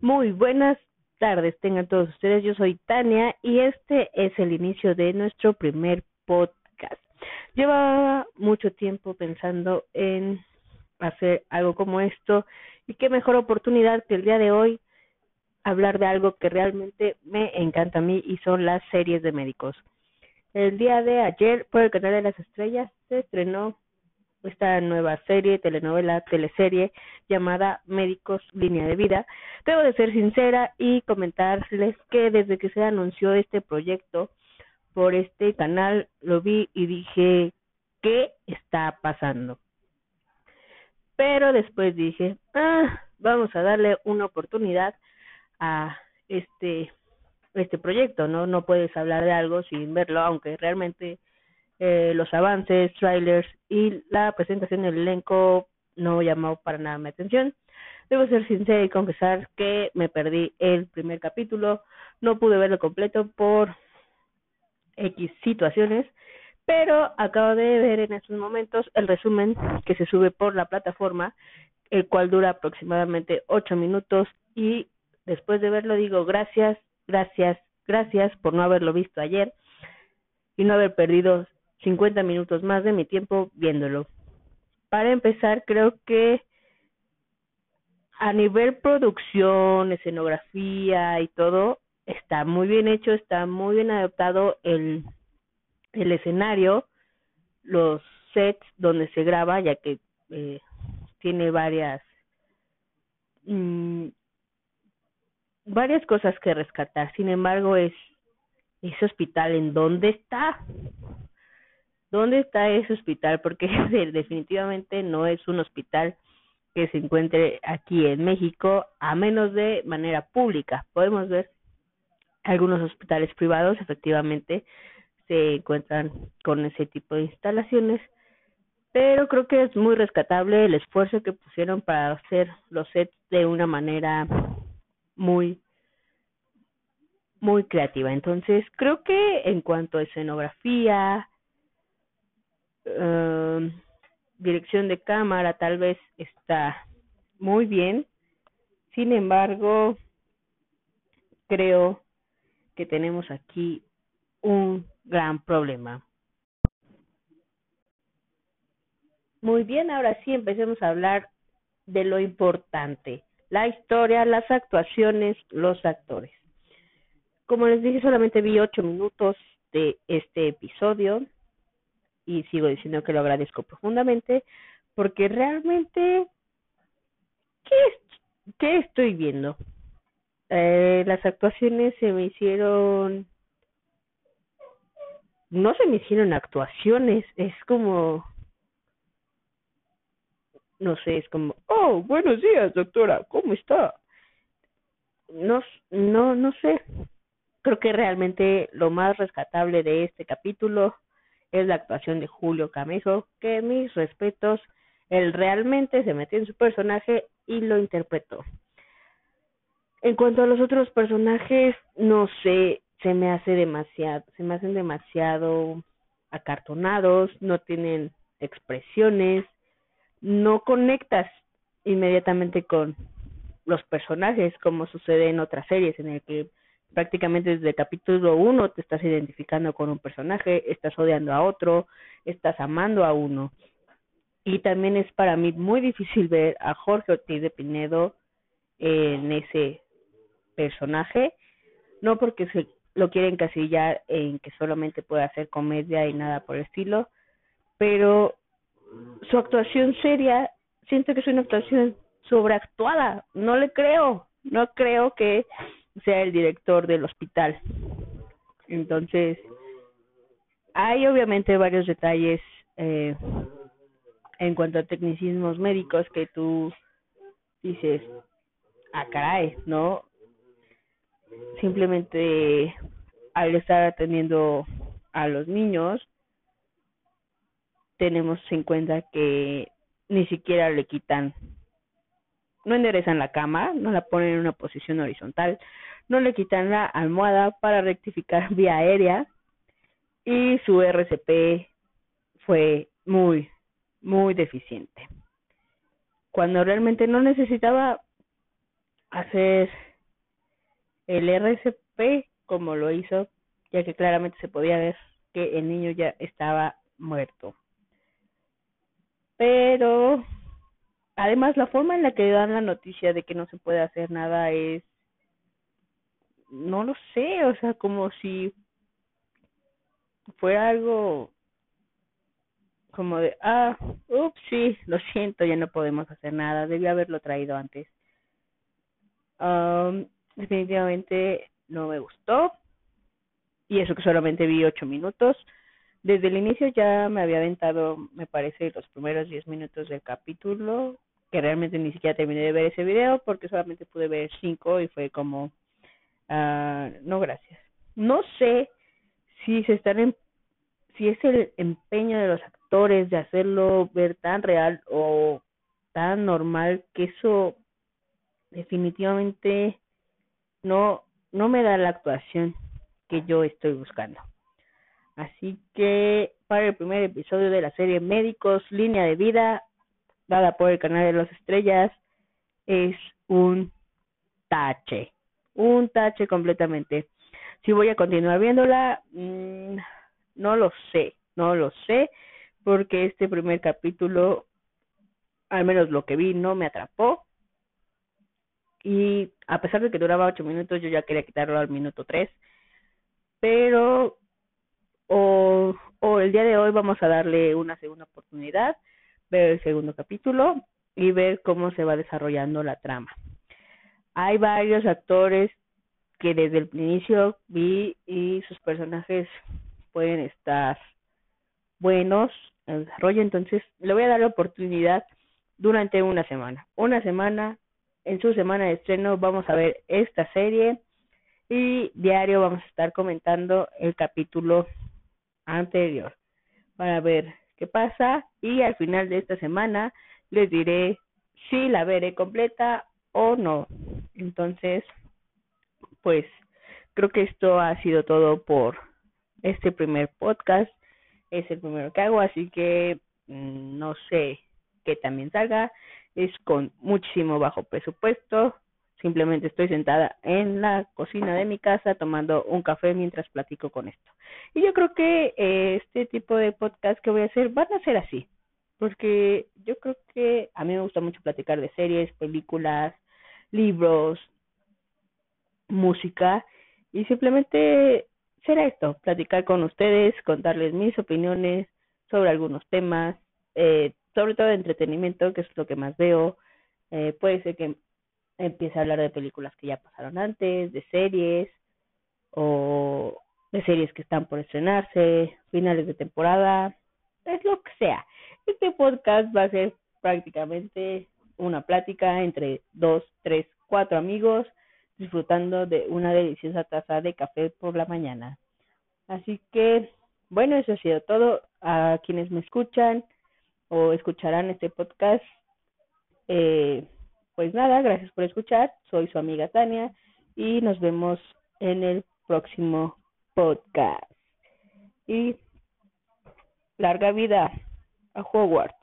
Muy buenas tardes, tengan todos ustedes. Yo soy Tania y este es el inicio de nuestro primer podcast. Llevaba mucho tiempo pensando en hacer algo como esto y qué mejor oportunidad que el día de hoy hablar de algo que realmente me encanta a mí y son las series de médicos. El día de ayer por el canal de las estrellas se estrenó esta nueva serie, telenovela, teleserie llamada Médicos Línea de Vida. Debo de ser sincera y comentarles que desde que se anunció este proyecto por este canal, lo vi y dije, ¿qué está pasando? Pero después dije, vamos a darle una oportunidad a este proyecto, ¿no? No puedes hablar de algo sin verlo, aunque realmente los avances, trailers y la presentación del elenco no llamó para nada mi atención. Debo ser sincera y confesar que me perdí el primer capítulo, no pude verlo completo por X situaciones, pero acabo de ver en estos momentos el resumen que se sube por la plataforma, el cual dura aproximadamente 8 minutos y después de verlo digo gracias, gracias, gracias por no haberlo visto ayer y no haber perdido 50 minutos más de mi tiempo viéndolo. Para empezar, creo que a nivel producción, escenografía y todo, está muy bien hecho, está muy bien adaptado el escenario, los sets donde se graba, ya que tiene mmm, varias cosas que rescatar. Sin embargo, ese hospital, ¿en dónde está? ¿Dónde está ese hospital? Porque definitivamente no es un hospital que se encuentre aquí en México, a menos de manera pública. Podemos ver algunos hospitales privados, efectivamente, se encuentran con ese tipo de instalaciones, pero creo que es muy rescatable el esfuerzo que pusieron para hacer los sets de una manera muy, muy creativa. Entonces, creo que en cuanto a escenografía, um, dirección de cámara, tal vez está muy bien. Sin embargo, creo que tenemos aquí un gran problema. Muy bien, ahora sí empecemos a hablar de lo importante, la historia, las actuaciones, los actores. Como les dije, solamente vi 8 minutos de este episodio y sigo diciendo que lo agradezco profundamente porque realmente, ¿qué estoy viendo? Las actuaciones no se me hicieron actuaciones, es como, no sé, es como, oh, buenos días, doctora, ¿cómo está? No, no sé. Creo que realmente lo más rescatable de este capítulo es la actuación de Julio Camejo, que mis respetos, él realmente se metió en su personaje y lo interpretó. En cuanto a los otros personajes, no sé, se me hacen demasiado acartonados, no tienen expresiones, no conectas inmediatamente con los personajes como sucede en otras series en el que prácticamente desde el capítulo 1 te estás identificando con un personaje, estás odiando a otro, estás amando a uno. Y también es para mí muy difícil ver a Jorge Ortiz de Pinedo en ese personaje, no porque se lo quiere encasillar en que solamente puede hacer comedia y nada por el estilo, pero su actuación seria, siento que es una actuación sobreactuada, no creo que sea el director del hospital. Entonces, hay obviamente varios detalles en cuanto a tecnicismos médicos que tú dices, caray, ¿no? Simplemente al estar atendiendo a los niños, tenemos en cuenta que ni siquiera no enderezan la cama, no la ponen en una posición horizontal, no le quitan la almohada para rectificar vía aérea y su RCP fue muy, muy deficiente. Cuando realmente no necesitaba hacer el RCP como lo hizo, ya que claramente se podía ver que el niño ya estaba muerto. Pero además la forma en la que dan la noticia de que no se puede hacer nada es, no lo sé, o sea, como si fuera algo como de, ups, sí, lo siento, ya no podemos hacer nada, debí haberlo traído antes. Definitivamente no me gustó, y eso que solamente vi 8 minutos. Desde el inicio ya me había aventado, me parece, los primeros 10 minutos del capítulo, que realmente ni siquiera terminé de ver ese video porque solamente pude ver 5 y fue como, no gracias. No sé si se están si es el empeño de los actores de hacerlo ver tan real o tan normal, que eso definitivamente no me da la actuación que yo estoy buscando. Así que para el primer episodio de la serie Médicos, Línea de Vida, dada por el canal de las estrellas, es un tache completamente. Si voy a continuar viéndola, no lo sé, porque este primer capítulo, al menos lo que vi, no me atrapó. Y a pesar de que duraba 8 minutos, yo ya quería quitarlo al minuto 3. Pero, o el día de hoy vamos a darle una segunda oportunidad, ver el segundo capítulo y ver cómo se va desarrollando la trama. Hay varios actores que desde el inicio vi y sus personajes pueden estar buenos en el desarrollo, entonces le voy a dar la oportunidad durante una semana. Una semana, en su semana de estreno, vamos a ver esta serie y diario vamos a estar comentando el capítulo anterior para ver qué pasa, y al final de esta semana les diré si la veré completa o no. Entonces, pues creo que esto ha sido todo por este primer podcast. Es el primero que hago, así que no sé qué también salga. Es con muchísimo bajo presupuesto. Simplemente estoy sentada en la cocina de mi casa tomando un café mientras platico con esto. Y yo creo que este tipo de podcast que voy a hacer van a ser así, porque yo creo que a mí me gusta mucho platicar de series, películas, libros, música, y simplemente será esto, platicar con ustedes, contarles mis opiniones sobre algunos temas, sobre todo de entretenimiento, que es lo que más veo. Puede ser que empiece a hablar de películas que ya pasaron antes, de series o de series que están por estrenarse, finales de temporada, es lo que sea. Este podcast va a ser prácticamente una plática entre 2, 3, 4 amigos disfrutando de una deliciosa taza de café por la mañana. Así que, bueno, eso ha sido todo. A quienes me escuchan o escucharán este podcast, eh, pues nada, gracias por escuchar. Soy su amiga Tania y nos vemos en el próximo podcast. Y larga vida a Hogwarts.